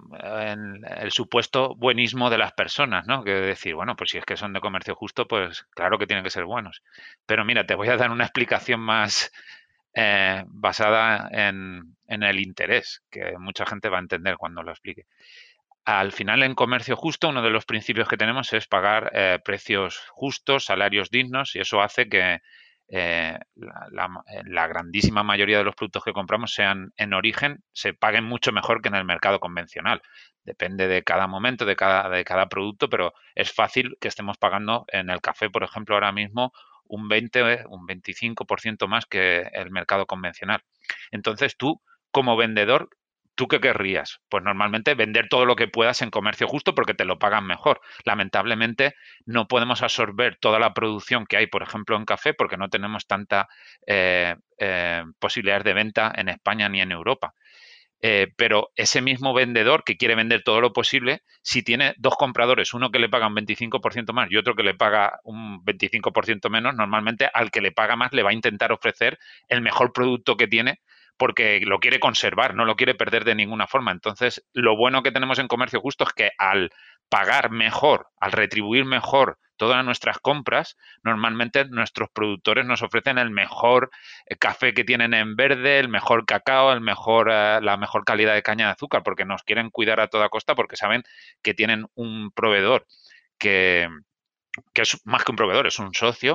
en el supuesto buenismo de las personas, ¿no? Que decir, bueno, pues si es que son de comercio justo, pues claro que tienen que ser buenos. Pero mira, te voy a dar una explicación más eh, basada en, en el interés, que mucha gente va a entender cuando lo explique. Al final, en comercio justo, uno de los principios que tenemos es pagar eh, precios justos, salarios dignos, y eso hace que eh, la, la, la grandísima mayoría de los productos que compramos sean en origen, se paguen mucho mejor que en el mercado convencional. Depende de cada momento, de cada, de cada producto, pero es fácil que estemos pagando en el café, por ejemplo, ahora mismo un veinte, un veinticinco por ciento más que el mercado convencional. Entonces tú, como vendedor, ¿tú qué querrías? Pues normalmente vender todo lo que puedas en comercio justo porque te lo pagan mejor. Lamentablemente no podemos absorber toda la producción que hay, por ejemplo, en café porque no tenemos tanta eh, eh, posibilidades de venta en España ni en Europa. Eh, pero ese mismo vendedor que quiere vender todo lo posible, si tiene dos compradores, uno que le paga un veinticinco por ciento más y otro que le paga un veinticinco por ciento menos, normalmente al que le paga más le va a intentar ofrecer el mejor producto que tiene porque lo quiere conservar, no lo quiere perder de ninguna forma. Entonces, lo bueno que tenemos en comercio justo es que al pagar mejor, al retribuir mejor todas nuestras compras, normalmente nuestros productores nos ofrecen el mejor café que tienen en verde, el mejor cacao, el mejor, uh, la mejor calidad de caña de azúcar, porque nos quieren cuidar a toda costa porque saben que tienen un proveedor que, que es más que un proveedor, es un socio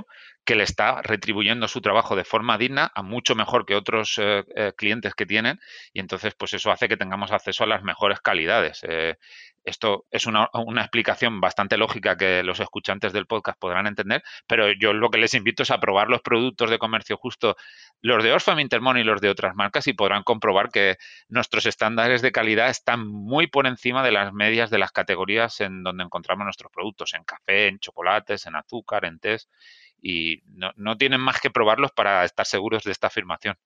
que le está retribuyendo su trabajo de forma digna, a mucho mejor que otros eh, eh, clientes que tienen, y entonces pues eso hace que tengamos acceso a las mejores calidades. Eh, esto es una, una explicación bastante lógica que los escuchantes del podcast podrán entender, pero yo lo que les invito es a probar los productos de comercio justo, los de Oxfam Intermón y los de otras marcas, y podrán comprobar que nuestros estándares de calidad están muy por encima de las medias de las categorías en donde encontramos nuestros productos, en café, en chocolates, en azúcar, en tés, y no, no tienen más que probarlos para estar seguros de esta afirmación.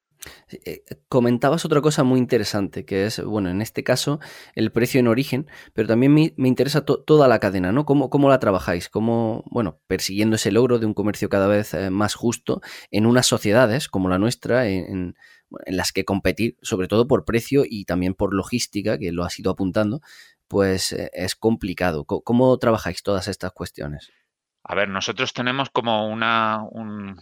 Eh, comentabas otra cosa muy interesante, que es, bueno, en este caso, el precio en origen, pero también me, me interesa to, toda la cadena, ¿no? ¿Cómo, cómo la trabajáis? ¿Cómo, bueno, persiguiendo ese logro de un comercio cada vez eh, más justo en unas sociedades como la nuestra, en, en, en las que competir, sobre todo por precio y también por logística, que lo has ido apuntando, pues eh, es complicado. ¿Cómo, ¿Cómo trabajáis todas estas cuestiones? A ver, nosotros tenemos como una, un,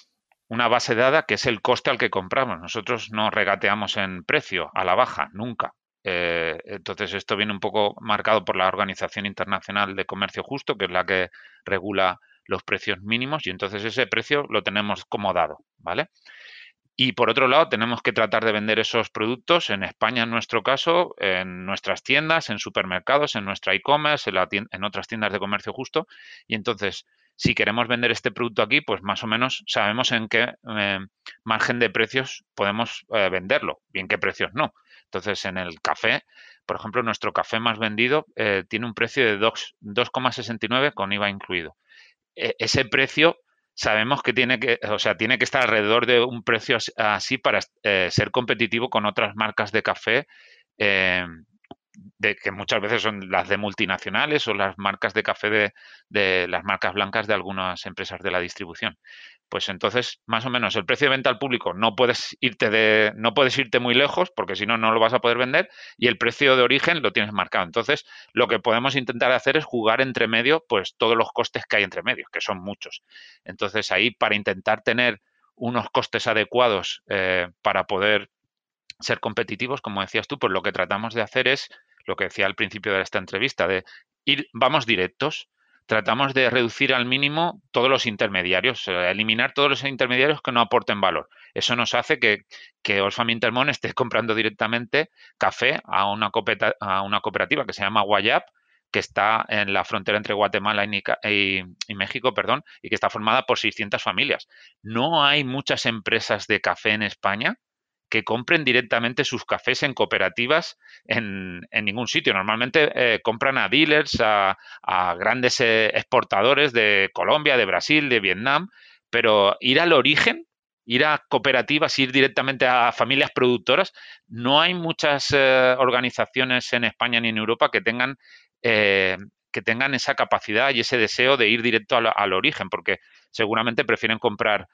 una base dada que es el coste al que compramos. Nosotros no regateamos en precio a la baja, nunca. Eh, entonces, esto viene un poco marcado por la Organización Internacional de Comercio Justo, que es la que regula los precios mínimos, y entonces ese precio lo tenemos como dado, ¿vale? Y por otro lado, tenemos que tratar de vender esos productos en España, en nuestro caso, en nuestras tiendas, en supermercados, en nuestra e-commerce, en, la tienda, en otras tiendas de comercio justo. Y entonces, si queremos vender este producto aquí, pues más o menos sabemos en qué eh, margen de precios podemos eh, venderlo y en qué precios no. Entonces, en el café, por ejemplo, nuestro café más vendido eh, tiene un precio de dos coma sesenta y nueve con I V A incluido. E ese precio sabemos que tiene que, o sea, tiene que estar alrededor de un precio así para eh, ser competitivo con otras marcas de café, eh, de que muchas veces son las de multinacionales o las marcas de café de, de las marcas blancas de algunas empresas de la distribución. Pues entonces, más o menos, el precio de venta al público no puedes irte de, no puedes irte muy lejos porque si no, no lo vas a poder vender, y el precio de origen lo tienes marcado. Entonces, lo que podemos intentar hacer es jugar entre medio, pues todos los costes que hay entre medio, que son muchos. Entonces, ahí para intentar tener unos costes adecuados eh, para poder ser competitivos, como decías tú, pues lo que tratamos de hacer es lo que decía al principio de esta entrevista, de ir, vamos directos, tratamos de reducir al mínimo todos los intermediarios, eh, eliminar todos los intermediarios que no aporten valor. Eso nos hace que, que Oxfam Intermón esté comprando directamente café a una, a una cooperativa que se llama Guayap, que está en la frontera entre Guatemala y, y, y México, perdón, y que está formada por seiscientas familias. No hay muchas empresas de café en España que compren directamente sus cafés en cooperativas en, en ningún sitio. Normalmente eh, compran a dealers, a, a grandes eh, exportadores de Colombia, de Brasil, de Vietnam, pero ir al origen, ir a cooperativas, ir directamente a familias productoras, no hay muchas eh, organizaciones en España ni en Europa que tengan eh, que tengan esa capacidad y ese deseo de ir directo al, al origen, porque seguramente prefieren comprar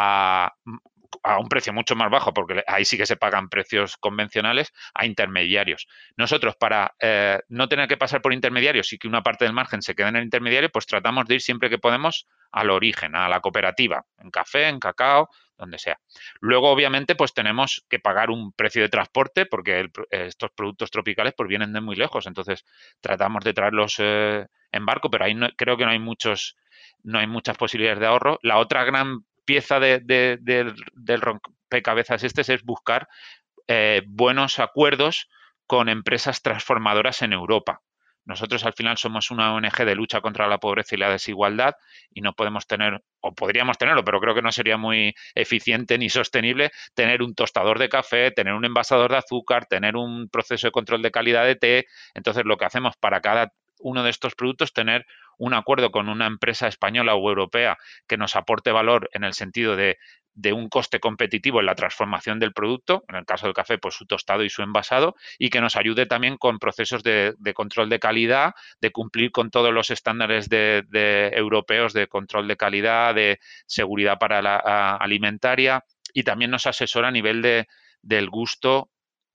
a a un precio mucho más bajo, porque ahí sí que se pagan precios convencionales, a intermediarios. Nosotros, para eh, no tener que pasar por intermediarios y que una parte del margen se quede en el intermediario, pues tratamos de ir siempre que podemos al origen, a la cooperativa, en café, en cacao, donde sea. Luego, obviamente, pues tenemos que pagar un precio de transporte, porque el, estos productos tropicales pues vienen de muy lejos, entonces tratamos de traerlos eh, en barco, pero ahí no, creo que no hay muchos, no hay muchas posibilidades de ahorro. La otra gran pieza de, de, de, del rompecabezas este es buscar eh, buenos acuerdos con empresas transformadoras en Europa. Nosotros al final somos una O N G de lucha contra la pobreza y la desigualdad y no podemos tener, o podríamos tenerlo, pero creo que no sería muy eficiente ni sostenible tener un tostador de café, tener un envasador de azúcar, tener un proceso de control de calidad de té. Entonces, lo que hacemos para cada uno de estos productos, tener un acuerdo con una empresa española o europea que nos aporte valor en el sentido de, de un coste competitivo en la transformación del producto, en el caso del café, pues su tostado y su envasado, y que nos ayude también con procesos de, de control de calidad, de cumplir con todos los estándares de, de europeos de control de calidad, de seguridad para la a, alimentaria, y también nos asesora a nivel de, del gusto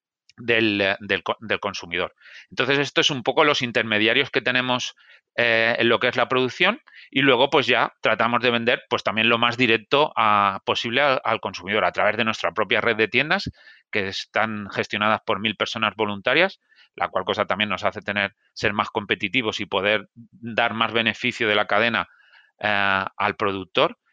Del, del, del, consumidor. Entonces, esto es un poco los intermediarios que tenemos eh, en lo que es la producción, y luego pues ya tratamos de vender pues también lo más directo a, posible al, al consumidor a través de nuestra propia red de tiendas que están gestionadas por mil personas voluntarias, la cual cosa también nos hace tener ser más competitivos y poder dar más beneficio de la cadena eh, al productor.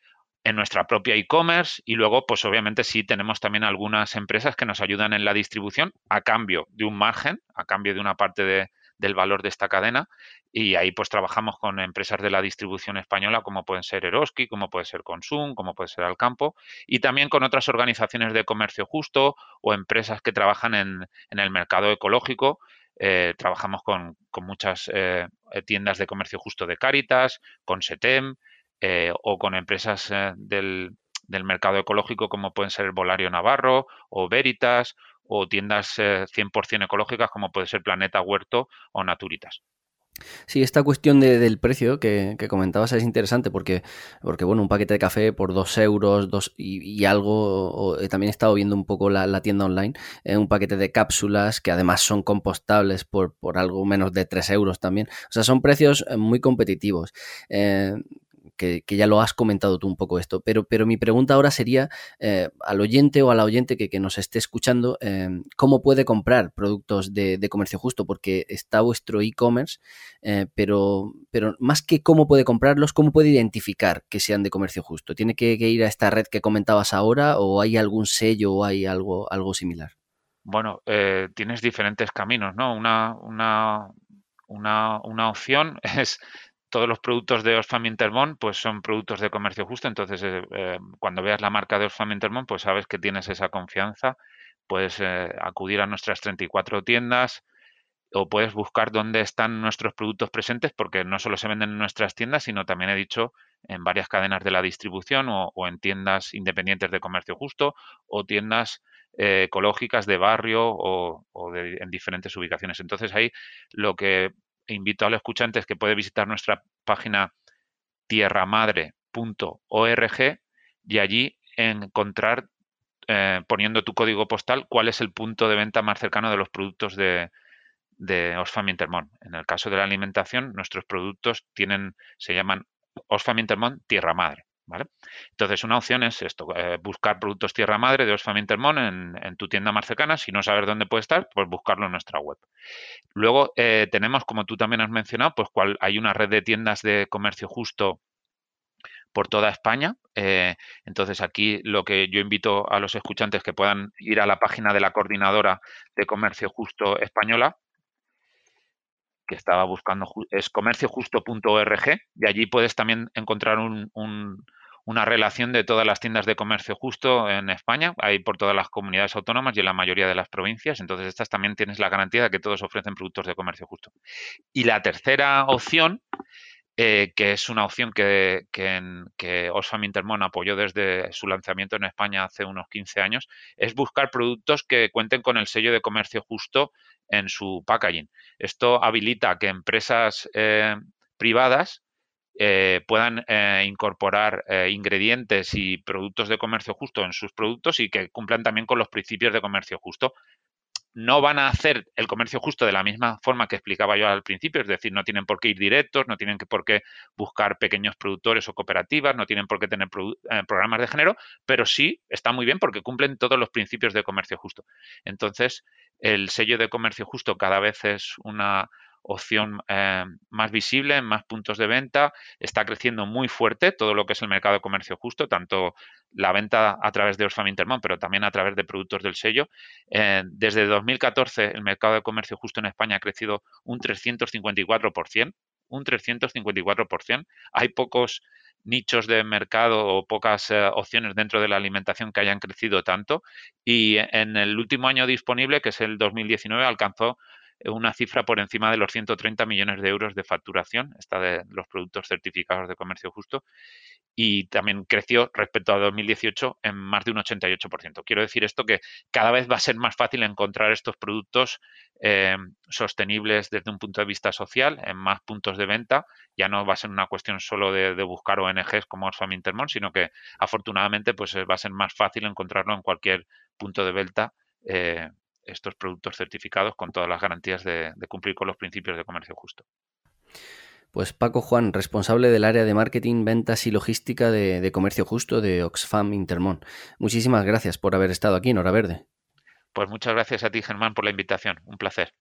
en nuestra propia e-commerce y luego, pues obviamente sí tenemos también algunas empresas que nos ayudan en la distribución a cambio de un margen, a cambio de una parte de, del valor de esta cadena, y ahí pues trabajamos con empresas de la distribución española como pueden ser Eroski, como puede ser Consum, como puede ser Alcampo, y también con otras organizaciones de comercio justo o empresas que trabajan en, en el mercado ecológico. Eh, trabajamos con, con muchas eh, tiendas de comercio justo de Cáritas, con SETEM, eh, o con empresas eh, del, del mercado ecológico como pueden ser Volario Navarro o Veritas, o tiendas eh, cien por ciento ecológicas como puede ser Planeta Huerto o Naturitas. Sí, esta cuestión de, del precio que, que comentabas es interesante porque, porque, bueno, un paquete de café por dos euros dos y, y algo, o, eh, también he estado viendo un poco la, la tienda online, eh, un paquete de cápsulas que además son compostables por, por algo menos de tres euros también. O sea, son precios muy competitivos. Eh, Que, que ya lo has comentado tú un poco esto, pero, pero mi pregunta ahora sería eh, al oyente o a la oyente que, que nos esté escuchando, eh, ¿cómo puede comprar productos de, de comercio justo? Porque está vuestro e-commerce, eh, pero, pero más que cómo puede comprarlos, ¿cómo puede identificar que sean de comercio justo? ¿Tiene que, que ir a esta red que comentabas ahora o hay algún sello o hay algo, algo similar? Bueno, eh, tienes diferentes caminos, ¿no? Una, una, una, una opción es todos los productos de Oxfam Intermón pues son productos de comercio justo, entonces eh, eh, cuando veas la marca de Oxfam Intermón pues sabes que tienes esa confianza, puedes eh, acudir a nuestras treinta y cuatro tiendas o puedes buscar dónde están nuestros productos presentes porque no solo se venden en nuestras tiendas, sino también he dicho en varias cadenas de la distribución o, o en tiendas independientes de comercio justo o tiendas eh, ecológicas de barrio o, o de, en diferentes ubicaciones. Entonces ahí lo que invito al escuchante es que puede visitar nuestra página tierra madre punto org y allí encontrar, eh, poniendo tu código postal, cuál es el punto de venta más cercano de los productos de, de Oxfam Intermón. En el caso de la alimentación, nuestros productos tienen, se llaman Oxfam Intermón Tierra Madre. ¿Vale? Entonces, una opción es esto, eh, buscar productos Tierra Madre de Oxfam Intermón en, en tu tienda más cercana. Si no sabes dónde puede estar, pues buscarlo en nuestra web. Luego eh, tenemos, como tú también has mencionado, pues cual, hay una red de tiendas de comercio justo por toda España. Eh, entonces, aquí lo que yo invito a los escuchantes que puedan ir a la página de la Coordinadora de Comercio Justo Española, que estaba buscando, es comercio justo punto org, y allí puedes también encontrar un, un, una relación de todas las tiendas de comercio justo en España, hay por todas las comunidades autónomas y en la mayoría de las provincias, entonces estas también tienes la garantía de que todos ofrecen productos de comercio justo. Y la tercera opción, eh, que es una opción que, que, en, que Oxfam Intermón apoyó desde su lanzamiento en España hace unos quince años, es buscar productos que cuenten con el sello de comercio justo en su packaging. Esto habilita que empresas eh, privadas eh, puedan eh, incorporar eh, ingredientes y productos de comercio justo en sus productos y que cumplan también con los principios de comercio justo. No van a hacer el comercio justo de la misma forma que explicaba yo al principio, es decir, no tienen por qué ir directos, no tienen por qué buscar pequeños productores o cooperativas, no tienen por qué tener pro, eh, programas de género, pero sí está muy bien porque cumplen todos los principios de comercio justo. Entonces, el sello de comercio justo cada vez es una opción eh, más visible en más puntos de venta, está creciendo muy fuerte todo lo que es el mercado de comercio justo, tanto la venta a través de Oxfam Intermón, pero también a través de productos del sello. Eh, desde dos mil catorce el mercado de comercio justo en España ha crecido un trescientos cincuenta y cuatro por ciento, un trescientos cincuenta y cuatro por ciento. Hay pocos nichos de mercado o pocas eh, opciones dentro de la alimentación que hayan crecido tanto y en el último año disponible, que es el dos mil diecinueve, alcanzó una cifra por encima de los ciento treinta millones de euros de facturación, esta de los productos certificados de comercio justo, y también creció respecto a dos mil dieciocho en más de un ochenta y ocho por ciento. Quiero decir esto que cada vez va a ser más fácil encontrar estos productos eh, sostenibles desde un punto de vista social en más puntos de venta. Ya no va a ser una cuestión solo de, de buscar O N Ges como Oxfam Intermón, sino que afortunadamente pues va a ser más fácil encontrarlo en cualquier punto de venta. Eh, estos productos certificados con todas las garantías de, de cumplir con los principios de comercio justo. Pues Paco Juan, responsable del área de marketing, ventas y logística de, de comercio justo de Oxfam Intermón. Muchísimas gracias por haber estado aquí en Hora Verde. Pues muchas gracias a ti, Germán, por la invitación. Un placer.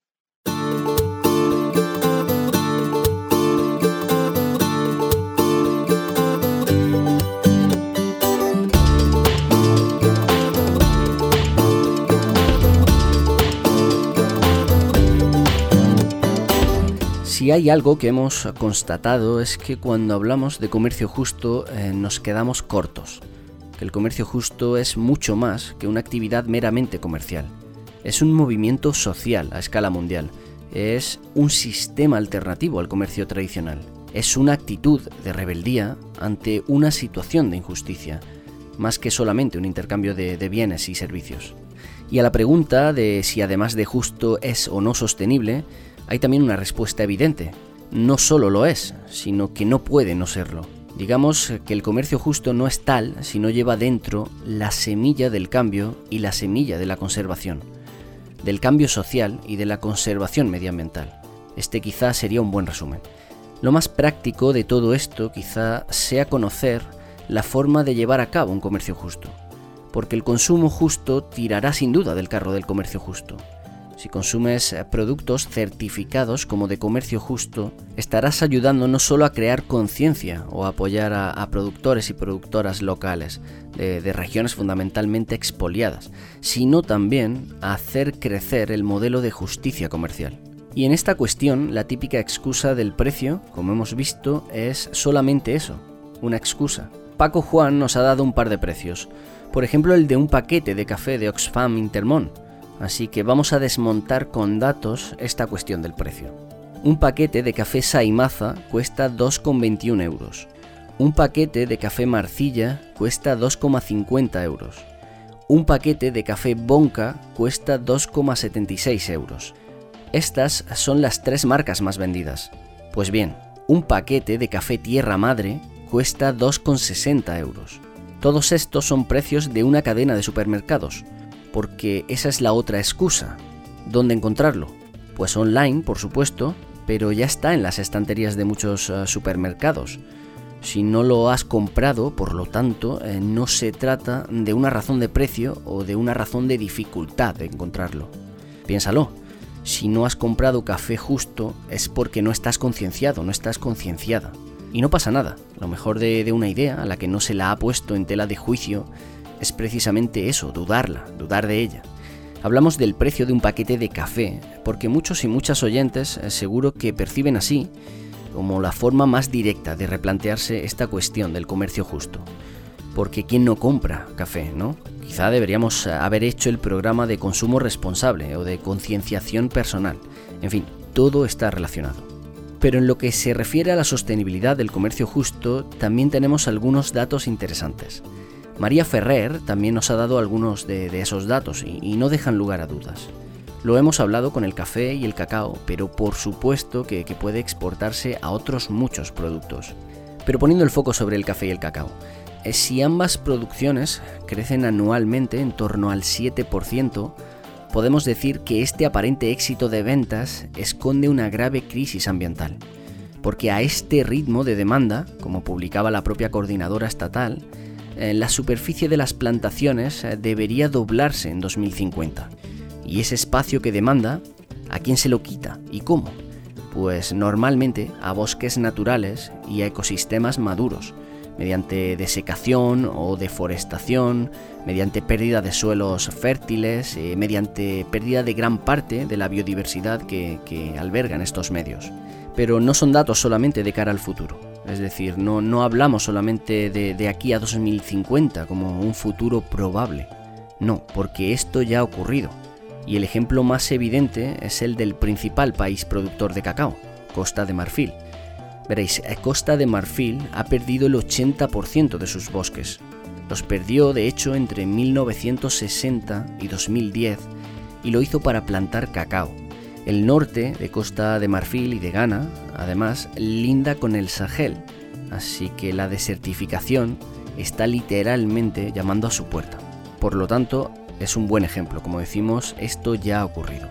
Si hay algo que hemos constatado es que cuando hablamos de comercio justo eh, nos quedamos cortos, que el comercio justo es mucho más que una actividad meramente comercial. Es un movimiento social a escala mundial, es un sistema alternativo al comercio tradicional, es una actitud de rebeldía ante una situación de injusticia, más que solamente un intercambio de, de bienes y servicios. Y a la pregunta de si además de justo es o no sostenible, hay también una respuesta evidente. No solo lo es, sino que no puede no serlo. Digamos que el comercio justo no es tal si no lleva dentro la semilla del cambio y la semilla de la conservación, del cambio social y de la conservación medioambiental. Este quizá sería un buen resumen. Lo más práctico de todo esto quizá sea conocer la forma de llevar a cabo un comercio justo, porque el consumo justo tirará sin duda del carro del comercio justo. Si consumes productos certificados como de comercio justo, estarás ayudando no solo a crear conciencia o a apoyar a, a productores y productoras locales de, de regiones fundamentalmente expoliadas, sino también a hacer crecer el modelo de justicia comercial. Y en esta cuestión, la típica excusa del precio, como hemos visto, es solamente eso, una excusa. Paco Juan nos ha dado un par de precios, por ejemplo el de un paquete de café de Oxfam Intermón. Así que vamos a desmontar con datos esta cuestión del precio. Un paquete de café Saimaza cuesta dos coma veintiún euros. Un paquete de café Marcilla cuesta dos coma cincuenta euros. Un paquete de café Bonca cuesta dos coma setenta y seis euros. Estas son las tres marcas más vendidas. Pues bien, un paquete de café Tierra Madre cuesta dos coma sesenta euros. Todos estos son precios de una cadena de supermercados. Porque esa es la otra excusa. ¿Dónde encontrarlo? Pues online, por supuesto, pero ya está en las estanterías de muchos uh, supermercados. Si no lo has comprado, por lo tanto, eh, no se trata de una razón de precio o de una razón de dificultad de encontrarlo. Piénsalo, si no has comprado café justo es porque no estás concienciado, no estás concienciada. Y no pasa nada, lo mejor de, de una idea a la que no se la ha puesto en tela de juicio es precisamente eso, dudarla, dudar de ella. Hablamos del precio de un paquete de café, porque muchos y muchas oyentes eh, seguro que perciben así como la forma más directa de replantearse esta cuestión del comercio justo. Porque ¿quién no compra café, no? Quizá deberíamos haber hecho el programa de consumo responsable o de concienciación personal. En fin, todo está relacionado. Pero en lo que se refiere a la sostenibilidad del comercio justo, también tenemos algunos datos interesantes. María Ferrer también nos ha dado algunos de, de esos datos y, y no dejan lugar a dudas. Lo hemos hablado con el café y el cacao, pero por supuesto que, que puede exportarse a otros muchos productos. Pero poniendo el foco sobre el café y el cacao, eh, si ambas producciones crecen anualmente en torno al siete por ciento, podemos decir que este aparente éxito de ventas esconde una grave crisis ambiental. Porque a este ritmo de demanda, como publicaba la propia coordinadora estatal, la superficie de las plantaciones debería doblarse en dos mil cincuenta. Y ese espacio que demanda, ¿a quién se lo quita y cómo? Pues normalmente a bosques naturales y a ecosistemas maduros, mediante desecación o deforestación, mediante pérdida de suelos fértiles, eh, mediante pérdida de gran parte de la biodiversidad que, que albergan estos medios. Pero no son datos solamente de cara al futuro. Es decir, no, no hablamos solamente de, de aquí a dos mil cincuenta como un futuro probable. No, porque esto ya ha ocurrido. Y el ejemplo más evidente es el del principal país productor de cacao, Costa de Marfil. Veréis, Costa de Marfil ha perdido el ochenta por ciento de sus bosques. Los perdió, de hecho, entre mil novecientos sesenta y dos mil diez y lo hizo para plantar cacao. El norte de Costa de Marfil y de Ghana, además, linda con el Sahel, así que la desertificación está literalmente llamando a su puerta. Por lo tanto, es un buen ejemplo, como decimos, esto ya ha ocurrido.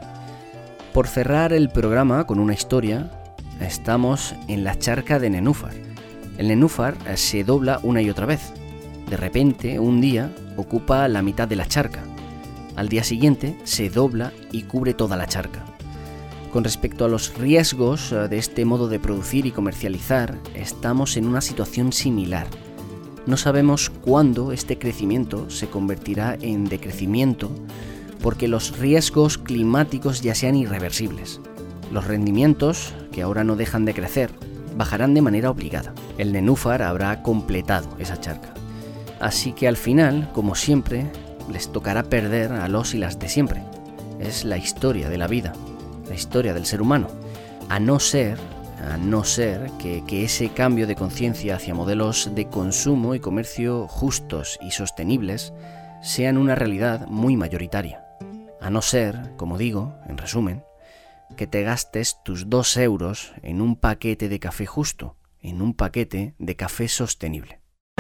Por cerrar el programa con una historia, estamos en la charca de Nenúfar. El Nenúfar se dobla una y otra vez. De repente, un día, ocupa la mitad de la charca. Al día siguiente, se dobla y cubre toda la charca. Con respecto a los riesgos de este modo de producir y comercializar, estamos en una situación similar. No sabemos cuándo este crecimiento se convertirá en decrecimiento, porque los riesgos climáticos ya sean irreversibles. Los rendimientos que ahora no dejan de crecer, bajarán de manera obligada. El nenúfar habrá completado esa charca. Así que al final, como siempre, les tocará perder a los y las de siempre. Es la historia de la vida, la historia del ser humano. A no ser, a no ser que, que ese cambio de conciencia hacia modelos de consumo y comercio justos y sostenibles sean una realidad muy mayoritaria. A no ser, como digo, en resumen, que te gastes tus dos euros en un paquete de café justo, en un paquete de café sostenible.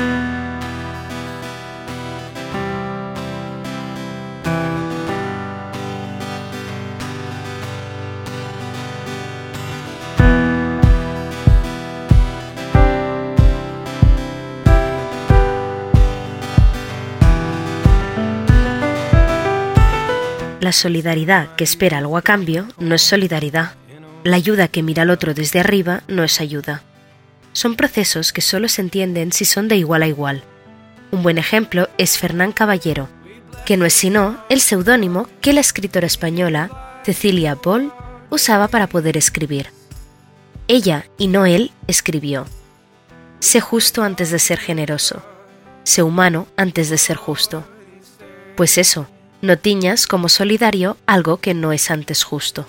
La solidaridad que espera algo a cambio no es solidaridad. La ayuda que mira al otro desde arriba no es ayuda. Son procesos que solo se entienden si son de igual a igual. Un buen ejemplo es Fernán Caballero, que no es sino el seudónimo que la escritora española Cecilia Paul usaba para poder escribir. Ella, y no él, escribió: sé justo antes de ser generoso, sé humano antes de ser justo. Pues eso, no tiñas como solidario algo que no es antes justo.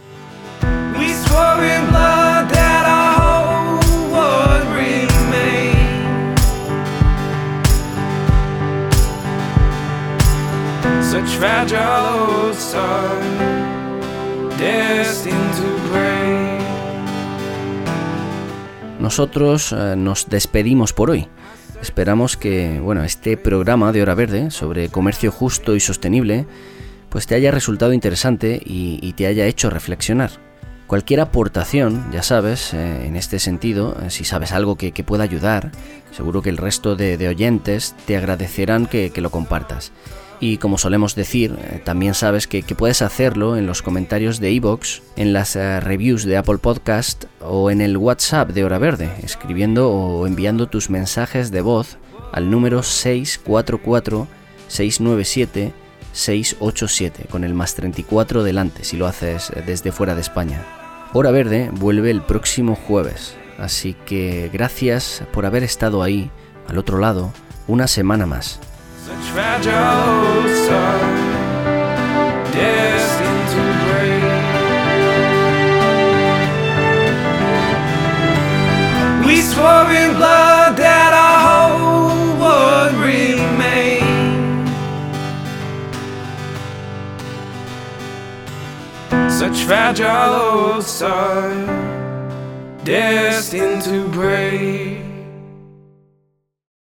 Nosotros eh, nos despedimos por hoy. Esperamos que, bueno, este programa de Hora Verde sobre comercio justo y sostenible pues te haya resultado interesante y, y te haya hecho reflexionar. Cualquier aportación, ya sabes, eh, en este sentido, eh, si sabes algo que, que pueda ayudar, seguro que el resto de, de oyentes te agradecerán que, que lo compartas. Y como solemos decir, eh, también sabes que, que puedes hacerlo en los comentarios de iVoox, en las eh, reviews de Apple Podcast o en el WhatsApp de Hora Verde, escribiendo o enviando tus mensajes de voz al número seis cuatro cuatro, seis nueve siete, seis ocho siete, con el más treinta y cuatro delante si lo haces desde fuera de España. Hora Verde vuelve el próximo jueves, así que gracias por haber estado ahí, al otro lado, una semana más. Such fragile sun, destined to break. We swore in blood that our hope would remain. Such fragile sun, destined to break.